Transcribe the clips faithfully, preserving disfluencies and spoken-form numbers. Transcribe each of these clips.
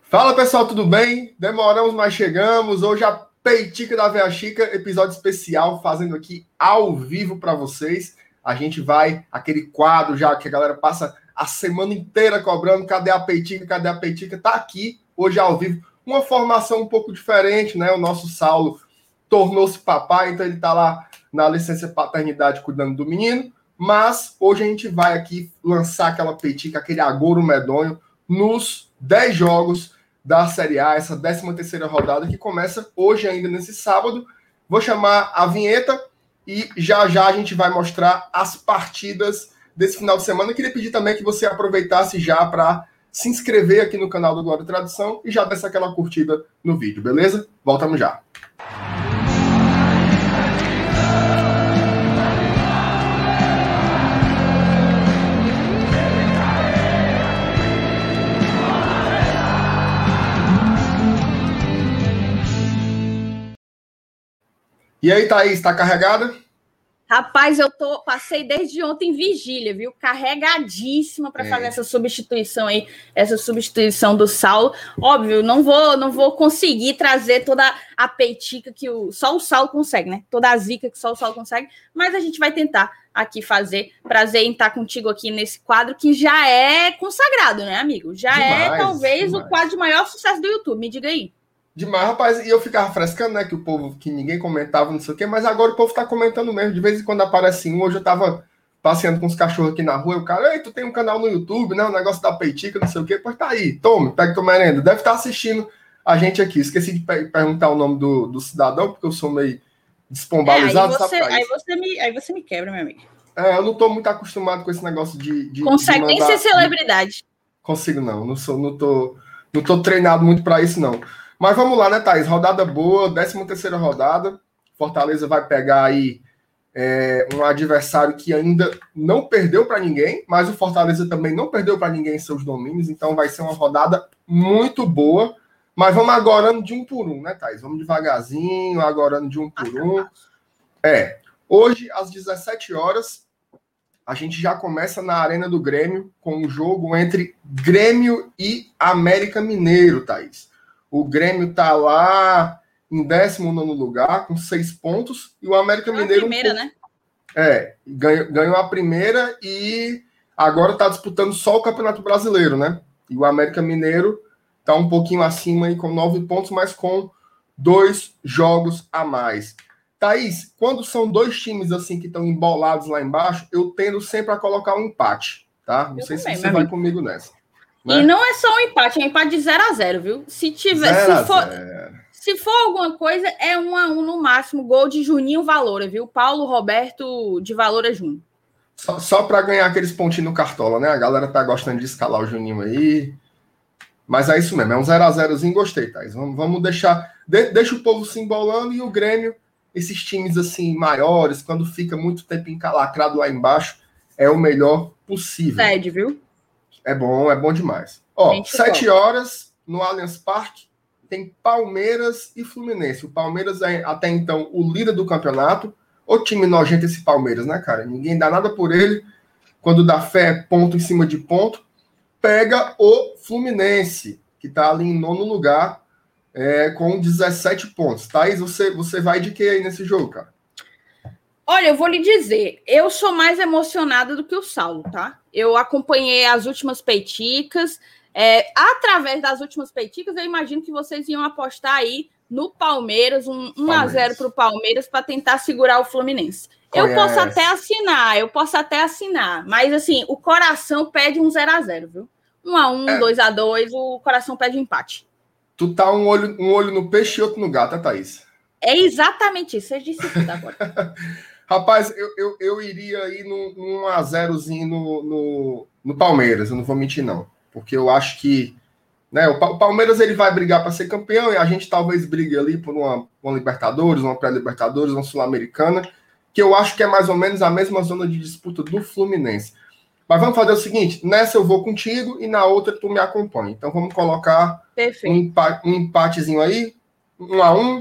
Fala pessoal, tudo bem? Demoramos, mas chegamos. Hoje a Peitica da Veia Chica, episódio especial, fazendo aqui ao vivo para vocês. A gente vai, aquele quadro já que a galera passa a semana inteira cobrando. Cadê a Peitica? Cadê a Peitica? Tá aqui, hoje ao vivo. Uma formação um pouco diferente, né? O nosso Saulo tornou-se papai, então ele tá lá na licença paternidade cuidando do menino. Mas hoje a gente vai aqui lançar aquela Peitica, aquele agouro medonho, nos dez jogos da Série A, essa décima terceira rodada, que começa hoje ainda nesse sábado. Vou chamar a vinheta e já já a gente vai mostrar as partidas desse final de semana. Eu queria pedir também que você aproveitasse já para se inscrever aqui no canal do Glória e Tradição e já desse aquela curtida no vídeo, beleza? Voltamos já. E aí, Thaís, tá carregada? Rapaz, eu tô, passei desde ontem vigília, viu? Carregadíssima para é. fazer essa substituição aí, essa substituição do Saulo. Óbvio, não vou, não vou conseguir trazer toda a peitica que o, só o Saulo consegue, né? Toda a zica que só o Saulo consegue, mas a gente vai tentar aqui fazer. Prazer em estar contigo aqui nesse quadro que já é consagrado, né, amigo? Já demais, é talvez demais. O quadro de maior sucesso do YouTube, me diga aí. Demais, rapaz, e eu ficava frescando, né, que o povo, que ninguém comentava, não sei o quê, mas agora o povo tá comentando mesmo, de vez em quando aparece um. Hoje eu tava passeando com os cachorros aqui na rua, e o cara, ei, tu tem um canal no YouTube, né, um negócio da Peitica, não sei o quê, pois tá aí, tome, pega tua merenda, deve estar assistindo a gente aqui. Esqueci de pe- perguntar o nome do, do cidadão, porque eu sou meio despombalizado, é, aí você, sabe, aí você me, aí você me quebra, meu amigo. É, eu não tô muito acostumado com esse negócio de... de Consegue de nem ser celebridade. Consigo não, não, sou, não, tô, não tô treinado muito para isso, não. Mas vamos lá, né, Thaís? Rodada boa, décima terceira rodada. Fortaleza vai pegar aí é, um adversário que ainda não perdeu para ninguém, mas o Fortaleza também não perdeu para ninguém em seus domínios, então vai ser uma rodada muito boa. Mas vamos agora de um por um, né, Thaís? Vamos devagarzinho, agora de um por um. É, hoje, às dezessete horas, a gente já começa na Arena do Grêmio com um jogo entre Grêmio e América Mineiro, Thaís. O Grêmio está lá em décimo nono lugar, com seis pontos, e o América ganhou Mineiro... a primeira, um né? É, ganhou, ganhou a primeira e agora está disputando só o Campeonato Brasileiro, né? E o América Mineiro está um pouquinho acima aí com nove pontos, mas com dois jogos a mais. Thaís, quando são dois times assim que estão embolados lá embaixo, eu tendo sempre a colocar um empate, tá? Não eu sei também, se você vai amigo. comigo nessa. Né? E não é só um empate, é um empate de zero a zero, viu? Se tiver, se for, se for alguma coisa, é um a um no máximo, gol de Juninho Valora, viu? Paulo Roberto de Valora Júnior. Só, só para ganhar aqueles pontinhos no Cartola, né? A galera tá gostando de escalar o Juninho aí. Mas é isso mesmo, é um zero a zerozinho, gostei, Thaís. Vamos, vamos deixar, de, deixa o povo se embolando e o Grêmio, esses times assim maiores, quando fica muito tempo encalacrado lá embaixo, é o melhor possível. Sede, viu? É bom, é bom demais. Ó, sete horas no Allianz Parque, tem Palmeiras e Fluminense. O Palmeiras é até então o líder do campeonato. O time nojento esse Palmeiras, né, cara? Ninguém dá nada por ele. Quando dá fé, ponto em cima de ponto. Pega o Fluminense, que tá ali em nono lugar, é, com dezessete pontos. Thaís, você, você vai de que aí nesse jogo, cara? Olha, eu vou lhe dizer, eu sou mais emocionada do que o Saulo, tá? Eu acompanhei as últimas peiticas, é, através das últimas peiticas, eu imagino que vocês iam apostar aí no Palmeiras, um um a zero para o Palmeiras, para tentar segurar o Fluminense. Conhece. Eu posso até assinar, eu posso até assinar, mas assim, o coração pede um zero a zero, viu? um a um, dois a dois, o coração pede um empate. Tu tá um olho, um olho no peixe e outro no gato, tá, Thaís? É exatamente isso, você disse tudo agora. Rapaz, eu, eu, eu iria aí num, num um a zerozinho no, no, no Palmeiras, eu não vou mentir, não. Porque eu acho que né, o, o Palmeiras ele vai brigar para ser campeão e a gente talvez brigue ali por uma, uma Libertadores, uma pré-Libertadores, uma Sul-Americana, que eu acho que é mais ou menos a mesma zona de disputa do Fluminense. Mas vamos fazer o seguinte, nessa eu vou contigo e na outra tu me acompanha. Então vamos colocar um, empate, um empatezinho aí, um a um.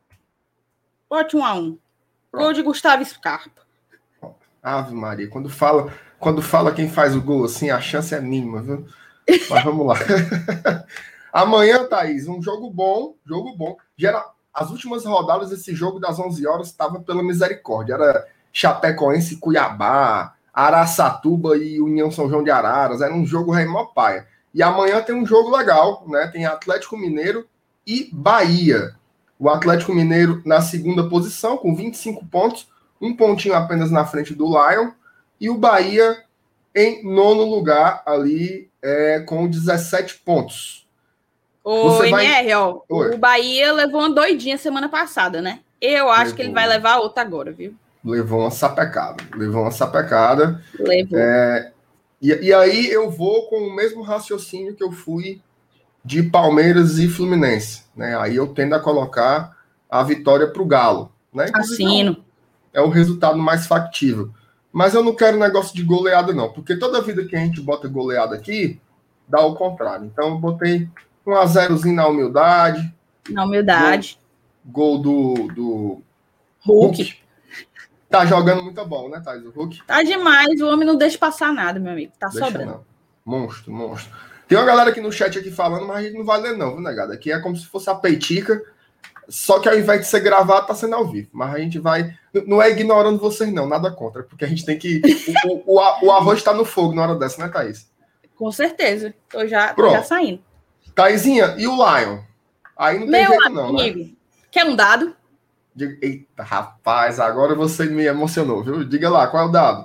Bote um a um. Gol de Gustavo Scarpa. Ave Maria, quando fala, quando fala quem faz o gol assim, a chance é mínima, viu? Mas vamos lá. Amanhã, Thaís, um jogo bom, jogo bom. Gera, as últimas rodadas, esse jogo das onze horas estava pela misericórdia. Era Chapecoense e Cuiabá, Araçatuba e União São João de Araras. Era um jogo rei mó paia. E amanhã tem um jogo legal, né? Tem Atlético Mineiro e Bahia. O Atlético Mineiro na segunda posição, com vinte e cinco pontos, um pontinho apenas na frente do Lion. E o Bahia em nono lugar, ali, é, com dezessete pontos. Ô, vai... M R, ó, Oi. O Bahia levou uma doidinha semana passada, né? Eu acho levou. que ele vai levar outra agora, viu? Levou uma sapecada. Levou uma sapecada. Levou. É, e, e aí eu vou com o mesmo raciocínio que eu fui de Palmeiras e Fluminense, né? Aí eu tendo a colocar a vitória para o Galo, né? Assino. É o resultado mais factível. Mas eu não quero negócio de goleada, não, porque toda vida que a gente bota goleada aqui, dá o contrário. Então eu botei um a zerozinho na humildade. Na humildade. Gol, gol do, do Hulk. Hulk. Tá jogando muito bom, né, Thais? O Hulk. Tá demais, o homem não deixa passar nada, meu amigo. Tá deixa sobrando. Não. Monstro, monstro. Tem uma galera aqui no chat aqui falando, mas a gente não vai ler não, viu, negado? Aqui é como se fosse a peitica, só que ao invés de ser gravado, tá sendo ao vivo. Mas a gente vai... Não é ignorando vocês não, nada contra, porque a gente tem que... O, o, o arroz tá no fogo na hora dessa, né, Thaís? Com certeza. Tô já, tô já saindo. Thaisinha, e o Lion? Aí não tem meu jeito amigo, não, né? Quer um dado? Diga... Eita, rapaz, agora você me emocionou, viu? Diga lá, qual é o dado?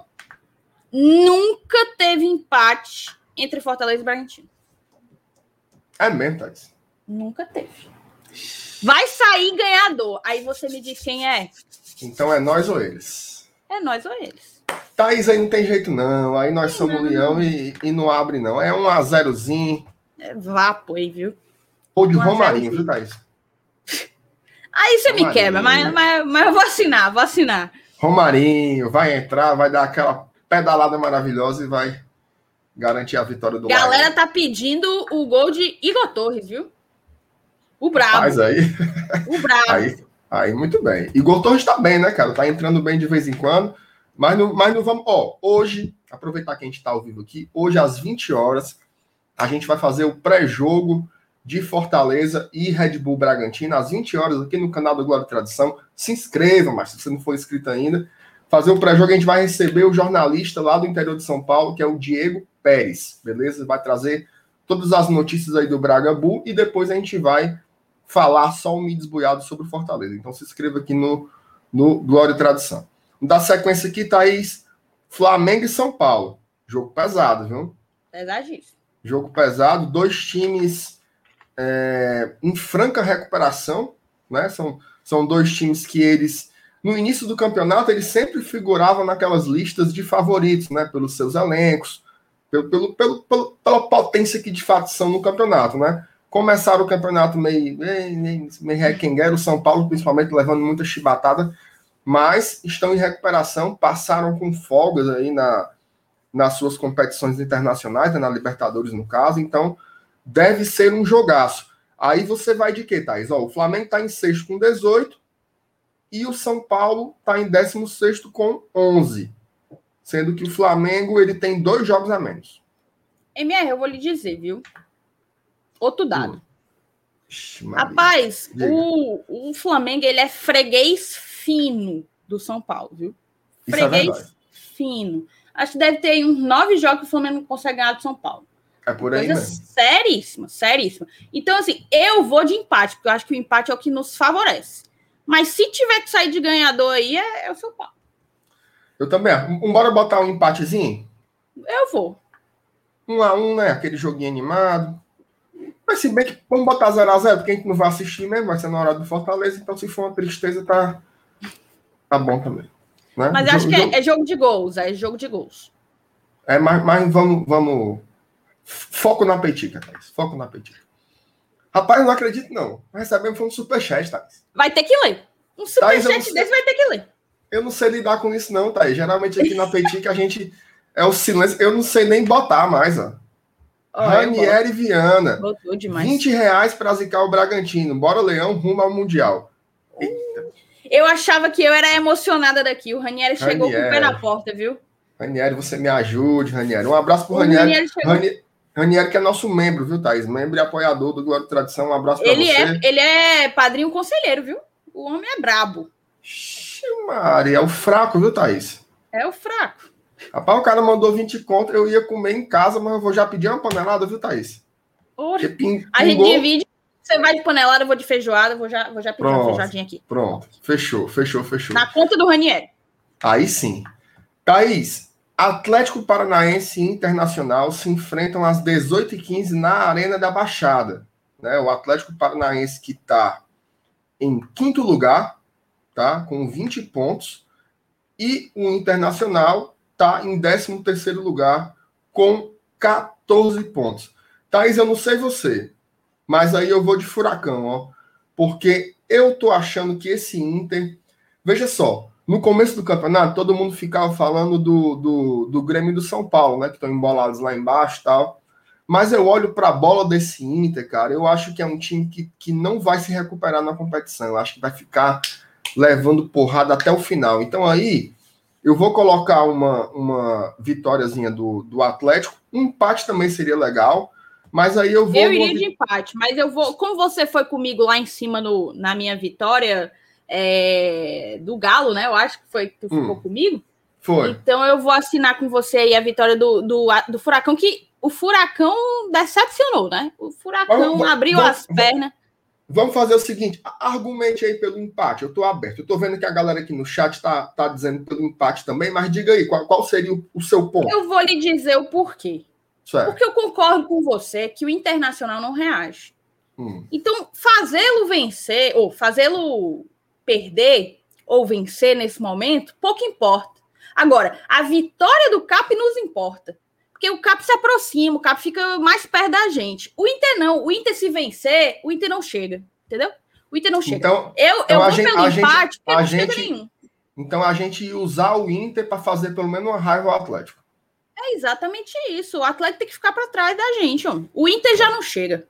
Nunca teve empate entre Fortaleza e Bragantino. É mesmo, Thaís? Nunca teve. Vai sair ganhador. Aí você me diz quem é. Então é nós ou eles? É nós ou eles. Thaís, aí não tem jeito não. Aí nós somos não. leão e, e não abre não. É um a zerozinho. É vapo aí, viu? Ou de um Romarinho, viu, Thaís? Aí você Romarinho. me quebra, mas, mas, mas eu vou assinar, vou assinar. Romarinho, vai entrar, vai dar aquela pedalada maravilhosa e vai garantir a vitória do Galera Lion. tá pedindo o gol de Igor Torres, viu? O brabo. Mas aí... O brabo. Aí, aí, muito bem. Igor Torres tá bem, né, cara? Tá entrando bem de vez em quando. Mas não, mas não vamos... Ó, hoje, aproveitar que a gente tá ao vivo aqui, hoje às vinte horas, a gente vai fazer o pré-jogo de Fortaleza e Red Bull Bragantino, às vinte horas, aqui no canal do Glória e Tradição. Se inscreva, mas se você não for inscrito ainda. Fazer o pré-jogo, a gente vai receber o jornalista lá do interior de São Paulo, que é o Diego Pérez, beleza? Vai trazer todas as notícias aí do Braga Bull e depois a gente vai falar só um mídia esbuiado sobre o Fortaleza. Então se inscreva aqui no, no Glória e Tradição. Da sequência aqui, Thaís, Flamengo e São Paulo. Jogo pesado, viu? Pesadíssimo. Jogo pesado, dois times é, em franca recuperação, né? São, são dois times que eles, no início do campeonato, eles sempre figuravam naquelas listas de favoritos, né? Pelos seus elencos, pelo, pelo, pelo, pelo, pela potência que de fato são no campeonato, né? Começaram o campeonato meio, meio, meio requenguero, o São Paulo principalmente levando muita chibatada, mas estão em recuperação, passaram com folgas aí na, nas suas competições internacionais, né, na Libertadores no caso, então deve ser um jogaço. Aí você vai de quê, Thaís? Ó, o Flamengo está em sexto com dezoito e o São Paulo está em décimo sexto com onze, sendo que o Flamengo ele tem dois jogos a menos. M R, eu vou lhe dizer, viu? Outro dado. Ixi, Rapaz, o, o Flamengo ele é freguês fino do São Paulo, viu? Isso freguês é fino. Acho que deve ter aí uns nove jogos que o Flamengo não consegue ganhar do São Paulo. É por aí Coisa mesmo. Seríssima, seríssima. Então, assim, eu vou de empate, porque eu acho que o empate é o que nos favorece. Mas se tiver que sair de ganhador aí, é, é o São Paulo. Eu também. Bora botar um empatezinho? Eu vou. Um a um, né? Aquele joguinho animado. Mas se bem que vamos botar zero a zero, porque a gente não vai assistir mesmo, vai ser na hora do Fortaleza, então se for uma tristeza, tá, tá bom também. Né? Mas jogo, acho que jogo... É, é jogo de gols, é jogo de gols. É, mas, mas vamos, vamos... Foco na petica, Thaís. Foco na petica. Rapaz, eu não acredito, não. Recebemos foi um superchat, Thaís. Vai ter que ler. Um superchat desse vai ter que ler. Eu não sei lidar com isso, não, Thaís. Geralmente aqui na petica a gente... É o silêncio. Eu não sei nem botar mais, ó. Oh, Ranieri Viana. vinte reais para zicar o Bragantino. Bora, Leão, rumo ao Mundial. Eita. Eu achava que eu era emocionada daqui. O Ranieri chegou Ranieri. com o pé na porta, viu? Ranieri, você me ajude, Ranieri. Um abraço pro o Ranieri. Ranieri, chegou... Ranieri... Ranieri, que é nosso membro, viu, Thaís? Membro e apoiador do Glória e Tradição. Um abraço pra ele você. É, ele é padrinho conselheiro, viu? O homem é brabo. Maria, é o fraco, viu, Thaís? É o fraco. Rapaz, o cara mandou vinte conto, eu ia comer em casa, mas eu vou já pedir uma panelada, viu, Thaís? Ping, a gente divide, você vai de panelada, eu vou de feijoada, vou já, vou já pedir pronto, uma feijadinha aqui. Pronto, fechou, fechou, fechou. Na conta do Ranieri. Aí sim. Thaís, Atlético Paranaense e Internacional se enfrentam às dezoito e quinze na Arena da Baixada. Né? O Atlético Paranaense que está em quinto lugar, tá? Com vinte pontos, e o Internacional está em décimo terceiro lugar com quatorze pontos. Thaís, eu não sei você, mas aí eu vou de Furacão, ó, porque eu tô achando que esse Inter... Veja só, no começo do campeonato, todo mundo ficava falando do, do, do Grêmio do São Paulo, né, que estão embolados lá embaixo e tal, mas eu olho para a bola desse Inter, cara, eu acho que é um time que, que não vai se recuperar na competição, eu acho que vai ficar levando porrada até o final. Então aí, eu vou colocar uma, uma vitóriazinha do, do Atlético, um empate também seria legal, mas aí eu vou... Eu iria de empate, mas eu vou... Como você foi comigo lá em cima no, na minha vitória é, do Galo, né? Eu acho que foi que tu ficou hum, comigo. Foi. Então eu vou assinar com você aí a vitória do, do, do Furacão, que o Furacão decepcionou, né? O Furacão vamos, abriu vamos, as pernas. Vamos fazer o seguinte, argumente aí pelo empate, eu tô aberto. Eu tô vendo que a galera aqui no chat tá, tá dizendo pelo empate também, mas diga aí, qual, qual seria o, o seu ponto? Eu vou lhe dizer o porquê. Certo. Porque eu concordo com você que o Internacional não reage. Hum. Então, fazê-lo vencer, ou fazê-lo perder, ou vencer nesse momento, pouco importa. Agora, a vitória do Cap nos importa. Porque o Cap se aproxima, o Cap fica mais perto da gente. O Inter não. O Inter se vencer, o Inter não chega. Entendeu? O Inter não chega. Então, eu então eu vou gente, pelo empate, porque a não gente, chega nenhum. Então, a gente ia usar o Inter para fazer pelo menos uma raiva ao Atlético. É exatamente isso. O Atlético tem que ficar para trás da gente. Ó. O Inter já não chega.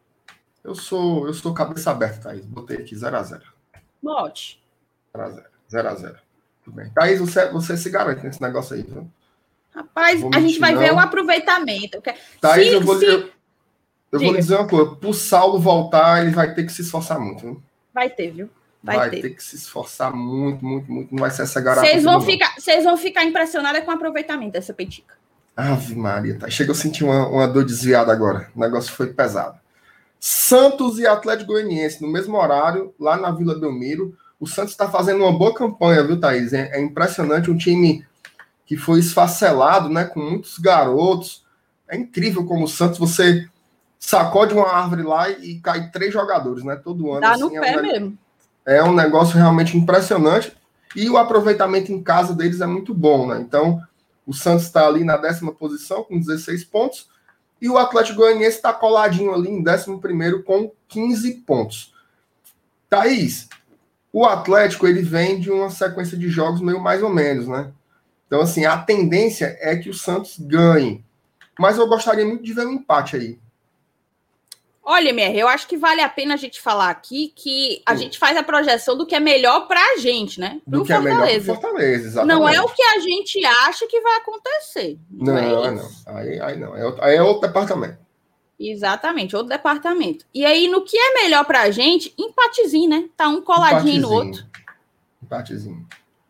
Eu sou, eu sou cabeça aberta, Thaís. Botei aqui zero a zero. Bote. zero a zero. Tudo bem. Thaís, você, você se garante nesse negócio aí, viu? Rapaz, a gente vai não. ver o aproveitamento. Thaís, se, eu, vou, se... eu, eu vou lhe dizer uma coisa. Para o Saulo voltar, ele vai ter que se esforçar muito. Viu? Vai ter, viu? Vai, vai ter. ter que se esforçar muito, muito, muito. Não vai ser essa garota. Vocês vão, ficar, vão ficar impressionados com o aproveitamento dessa petica. Ave Maria, tá. Chega, eu senti uma, uma dor desviada agora. O negócio foi pesado. Santos e Atlético Goianiense, no mesmo horário, lá na Vila Belmiro. O Santos está fazendo uma boa campanha, viu, Thaís? É, é impressionante, um time que foi esfacelado, né, com muitos garotos. É incrível como o Santos, você sacode uma árvore lá e, e cai três jogadores, né? Todo ano. Dá assim, no é pé um, mesmo. É um negócio realmente impressionante. E o aproveitamento em casa deles é muito bom, né? Então, o Santos está ali na décima posição com dezesseis pontos. E o Atlético Goianiense está coladinho ali em décimo primeiro com quinze pontos. Thaís, o Atlético ele vem de uma sequência de jogos meio mais ou menos, né? Então, assim, a tendência é que o Santos ganhe. Mas eu gostaria muito de ver um empate aí. Olha, M R, eu acho que vale a pena a gente falar aqui que a Sim. gente faz a projeção do que é melhor pra gente, né? Pro do que Fortaleza. é melhor pro Fortaleza, exatamente. Não é o que a gente acha que vai acontecer. Não, não é não. Aí, aí não. É outro, aí é outro departamento. Exatamente, outro departamento. E aí, no que é melhor pra gente, empatezinho, né? Tá um coladinho empatezinho. no outro. Empatezinho.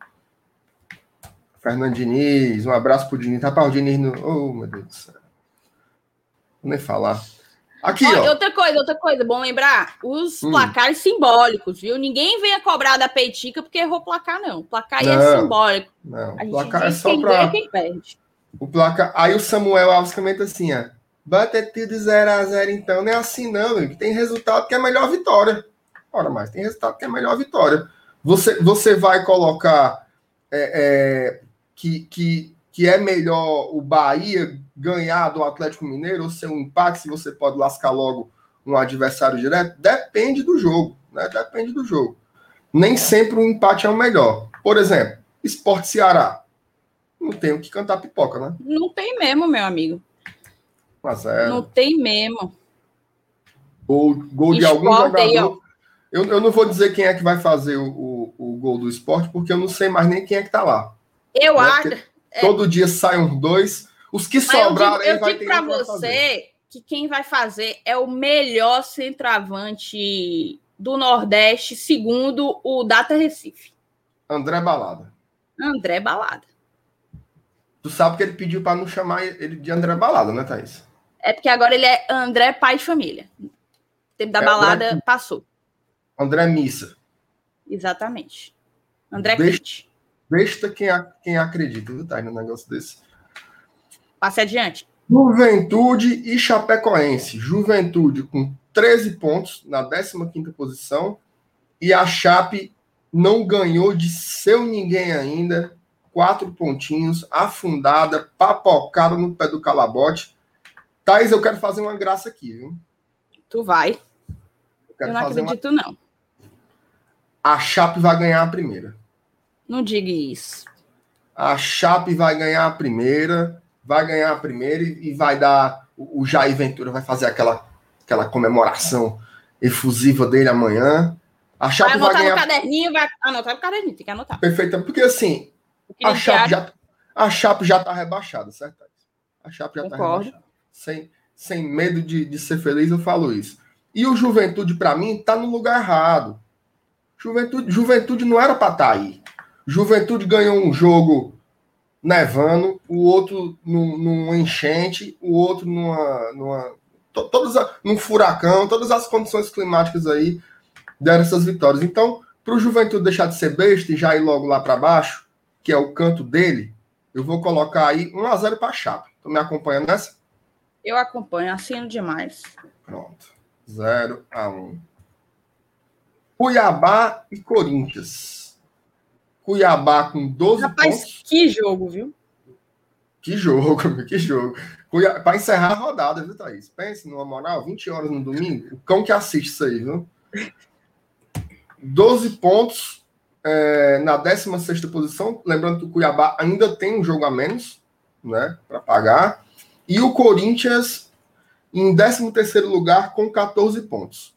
Fernando Diniz, um abraço pro Diniz. Tá para o Diniz no... Oh, meu Deus do céu. Vou nem falar. Aqui, ó. Outra coisa, outra coisa, bom lembrar, os hum. placares simbólicos, viu? Ninguém venha cobrar da Peitica porque errou o placar, não. O placar aí não, é simbólico. Não, a o placar é só para quem perde. O placar... Aí o Samuel Alves comenta assim, ó. Bate tudo zero a zero, então. Não é assim, não, meu. Tem resultado que é melhor vitória. Ora, mas tem resultado que é melhor vitória. Você, você vai colocar é, é, que, que, que é melhor o Bahia ganhar do Atlético Mineiro ou ser um empate, se você pode lascar logo um adversário direto? Depende do jogo, né? Depende do jogo. Nem sempre o empate é o melhor. Por exemplo, Sport Ceará. Não tem o que cantar pipoca, né? Não tem mesmo, meu amigo. Mas é... Não tem mesmo. Ou gol de algum jogador. Aí, eu, eu não vou dizer quem é que vai fazer o, o, o gol do Sport, porque eu não sei mais nem quem é que tá lá. Eu né? acho. É... Todo dia saem uns dois. Os que sobraram aí, eu vai digo para você fazer. Que quem vai fazer é o melhor centroavante do Nordeste, segundo o Data Recife. André Balada. André Balada. Tu sabe que ele pediu para não chamar ele de André Balada, né, Thaís? É porque agora ele é André pai de família. O tempo da é balada André... passou. André Missa. Exatamente. André Besta, Crente. Besta quem, quem acredita, viu, Thaís, num negócio desse. Passe adiante. Juventude e Chapecoense. Juventude com treze pontos na décima quinta posição. E a Chape não ganhou de seu ninguém ainda. Quatro pontinhos, afundada, papocada no pé do calabote. Thaís, eu quero fazer uma graça aqui, viu? Tu vai. Eu, quero eu não fazer acredito, uma... não. A Chape vai ganhar a primeira. Não diga isso. A Chape vai ganhar a primeira, vai ganhar a primeira e, e vai dar... O, o Jair Ventura vai fazer aquela, aquela comemoração efusiva dele amanhã. A Chape vai anotar vai ganhar... no caderninho, vai anotar no caderninho, tem que anotar. Perfeito, porque assim, a Chape, já, a Chape já tá rebaixada, certo? A Chape já Concordo. tá rebaixada. Sem, sem medo de, de ser feliz, eu falo isso. E o Juventude, para mim, tá no lugar errado. Juventude, Juventude não era para estar aí. Juventude ganhou um jogo nevando, o outro num, num enchente, o outro numa, numa to, todas a, num furacão, todas as condições climáticas aí deram essas vitórias. Então, para o Juventude deixar de ser besta e já ir logo lá para baixo, que é o canto dele, eu vou colocar aí um a zero para a Chape. Tô me acompanhando nessa? Eu acompanho, assino demais. Pronto. zero a um. Cuiabá e Corinthians. Cuiabá com doze Rapaz, pontos. Que jogo, viu? Que jogo, que jogo. Cuiabá... Para encerrar a rodada, viu, Thaís? Pense numa moral, vinte horas no domingo. O cão que assiste isso aí, viu? doze pontos é, na décima sexta posição. Lembrando que o Cuiabá ainda tem um jogo a menos, né, para pagar. E o Corinthians em décimo terceiro lugar com catorze pontos.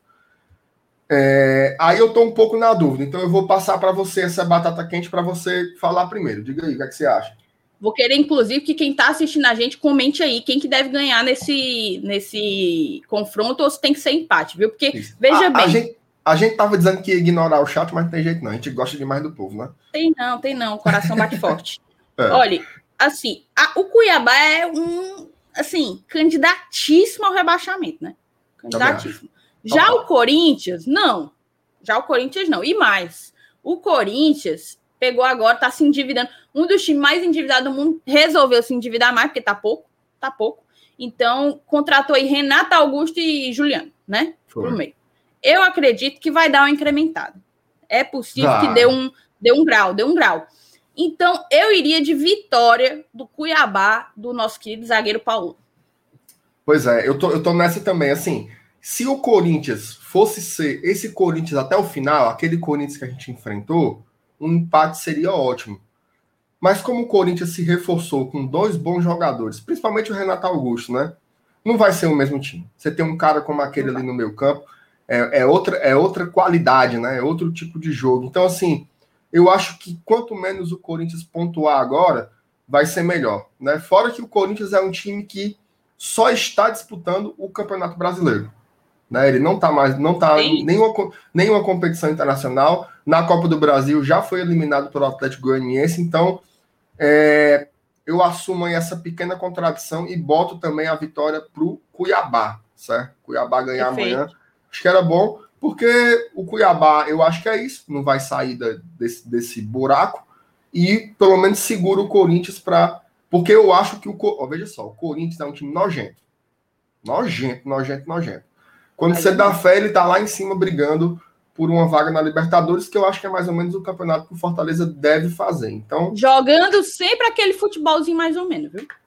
É, aí eu tô um pouco na dúvida, então eu vou passar para você essa batata quente para você falar primeiro. Diga aí, o que, é que você acha? Vou querer, inclusive, que quem está assistindo a gente comente aí quem que deve ganhar nesse, nesse confronto ou se tem que ser empate, viu? Porque, Isso. veja a, bem... A gente, a gente tava dizendo que ia ignorar o chat, mas não tem jeito não. A gente gosta demais do povo, né? Tem não, tem não. O coração bate forte. É. Olha, assim, a, o Cuiabá é um, assim, candidatíssimo ao rebaixamento, né? Candidatíssimo. Já o Corinthians, não. Já o Corinthians, não. E mais, o Corinthians pegou agora, tá se endividando. Um dos times mais endividados do mundo resolveu se endividar mais, porque tá pouco, tá pouco. Então, contratou aí Renato Augusto e Juliano, né? Foi. Pro meio. Eu acredito que vai dar uma incrementada. É possível vai. que dê um, dê um grau, dê um grau. Então, eu iria de vitória do Cuiabá, do nosso querido zagueiro Paulo. Pois é, eu tô, eu tô nessa também, assim... Se o Corinthians fosse ser esse Corinthians até o final, aquele Corinthians que a gente enfrentou, um empate seria ótimo. Mas como o Corinthians se reforçou com dois bons jogadores, principalmente o Renato Augusto, né? Não vai ser o mesmo time. Você tem um cara como aquele ali no meio campo, é, é, outra, é outra qualidade, né? É outro tipo de jogo. Então, assim, eu acho que quanto menos o Corinthians pontuar agora, vai ser melhor, né? Fora que o Corinthians é um time que só está disputando o Campeonato Brasileiro. Né, ele não está mais, não está em nenhuma, nenhuma competição internacional. Na Copa do Brasil já foi eliminado pelo Atlético Goianiense, então é, eu assumo aí essa pequena contradição e boto também a vitória para o Cuiabá, certo? Cuiabá ganhar Perfeito. amanhã, acho que era bom, porque o Cuiabá, eu acho que é isso, não vai sair da, desse, desse buraco e pelo menos segura o Corinthians para, porque eu acho que o, ó, veja só, o Corinthians é um time nojento, nojento, nojento, nojento. Quando Mas você é dá bom. fé, ele tá lá em cima brigando por uma vaga na Libertadores, que eu acho que é mais ou menos o campeonato que o Fortaleza deve fazer. Então, jogando sempre aquele futebolzinho mais ou menos, viu?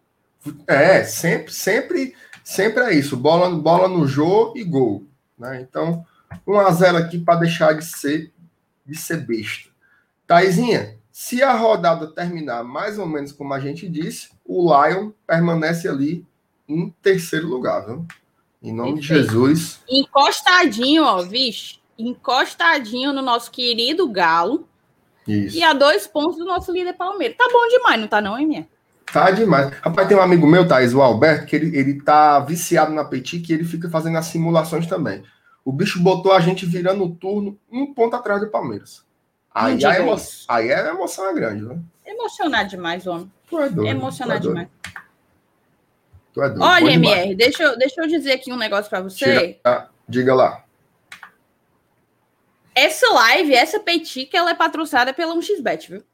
É, sempre, sempre, sempre é isso. Bola, bola no jogo e gol. Né? Então, um a zero aqui para deixar de ser, de ser besta. Taizinha, se a rodada terminar mais ou menos como a gente disse, o Lion permanece ali em terceiro lugar, viu? Em nome Perfeito. de Jesus. Encostadinho, ó, vixe. Encostadinho no nosso querido Galo. Isso. E a dois pontos do nosso líder Palmeiras. Tá bom demais, não tá não, hein, minha? Tá demais. Rapaz, tem um amigo meu, Thaís, o Alberto, que ele, ele tá viciado na Petica e ele fica fazendo as simulações também. O bicho botou a gente virando o turno um ponto atrás do Palmeiras. Aí a, emo... Aí a emoção é grande, né? Emocionado demais, homem. Tu é doido. Emocionado tu é demais. Tu é doido. Olha, M R, deixa eu, deixa eu dizer aqui um negócio pra você. Tira... Ah, diga lá. Essa live, essa Petica, ela é patrocinada pela um x bet, viu?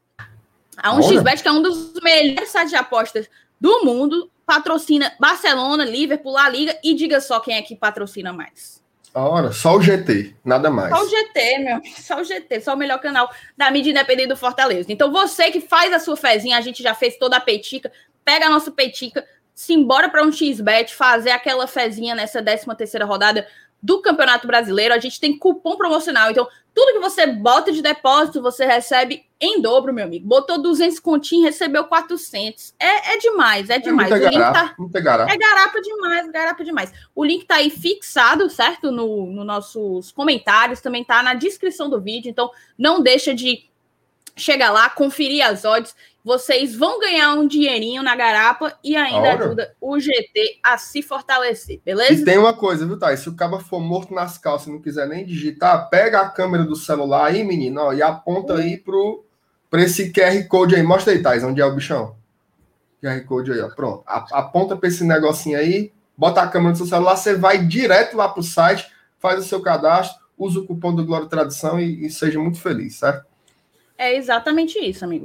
A um x bet, que é um dos melhores sites de apostas do mundo, patrocina Barcelona, Liverpool, La Liga, e diga só quem é que patrocina mais. Ora, só o G T, nada mais. Só o G T, meu amigo, só o G T, só o melhor canal da mídia independente do Fortaleza. Então você que faz a sua fezinha, a gente já fez toda a Petica, pega a nossa Petica, simbora para um x bet, fazer aquela fezinha nessa décima terceira rodada do Campeonato Brasileiro. A gente tem cupom promocional, então tudo que você bota de depósito, você recebe em dobro, meu amigo. Botou duzentos continhos, recebeu quatrocentos. É, é demais, é demais. É o link garapa, tá... garapa. É garapa demais, garapa demais. O link tá aí fixado, certo? No, no nossos comentários, também tá na descrição do vídeo. Então, não deixa de chegar lá, conferir as odds. Vocês vão ganhar um dinheirinho na garapa e ainda Ora. ajuda o G T a se fortalecer, beleza? E tem uma coisa, viu, Thay? Se o cara for morto nas calças e não quiser nem digitar, pega a câmera do celular aí, menino, ó, e aponta uhum. aí pro, pra esse Q R Code aí. Mostra aí, Thay, onde é o bichão. Q R Code aí, ó. Pronto. Aponta pra esse negocinho aí, bota a câmera do seu celular, você vai direto lá pro site, faz o seu cadastro, usa o cupom do Glória Tradição e, e seja muito feliz, certo? É exatamente isso, amigo.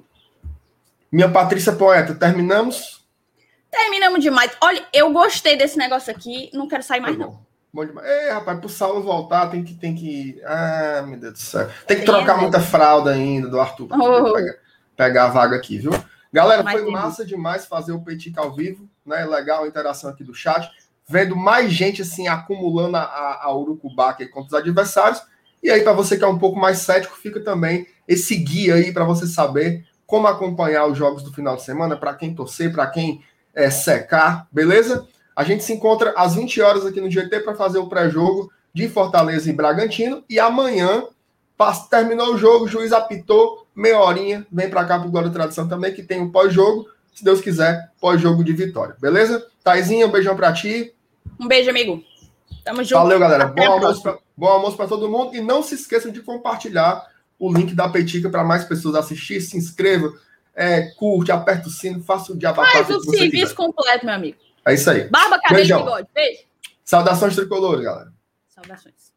Minha Patrícia Poeta, terminamos? Terminamos demais. Olha, eu gostei desse negócio aqui, não quero sair mais, não. Bom demais. Ei, rapaz, pro Saulo voltar, tem que, tem que... Ah, meu Deus do céu. Tem que trocar muita fralda ainda do Arthur, pra poder oh. pegar, pegar a vaga aqui, viu? Galera, foi massa demais fazer o Petica ao vivo, né? Legal a interação aqui do chat. Vendo mais gente, assim, acumulando a, a, a Urucubá aqui contra os adversários. E aí, para você que é um pouco mais cético, fica também esse guia aí para você saber como acompanhar os jogos do final de semana, para quem torcer, para quem é, secar, beleza? A gente se encontra às vinte horas aqui no G T para fazer o pré-jogo de Fortaleza e Bragantino. E amanhã, terminou o jogo, o juiz apitou, meia horinha, vem para cá pro Glória e Tradição também, que tem o pós-jogo, se Deus quiser, pós-jogo de vitória, beleza? Taizinha, um beijão para ti. Um beijo, amigo. Tamo junto. Valeu, galera. Bom almoço, pra, bom almoço para todo mundo. E não se esqueçam de compartilhar o link da Petica para mais pessoas assistir. Se inscreva, é, curte, aperta o sino, faça o diabo. Faz o serviço completo, meu amigo. É isso aí. Barba, cabelo e bigode. Beijo. Saudações tricolores, galera. Saudações.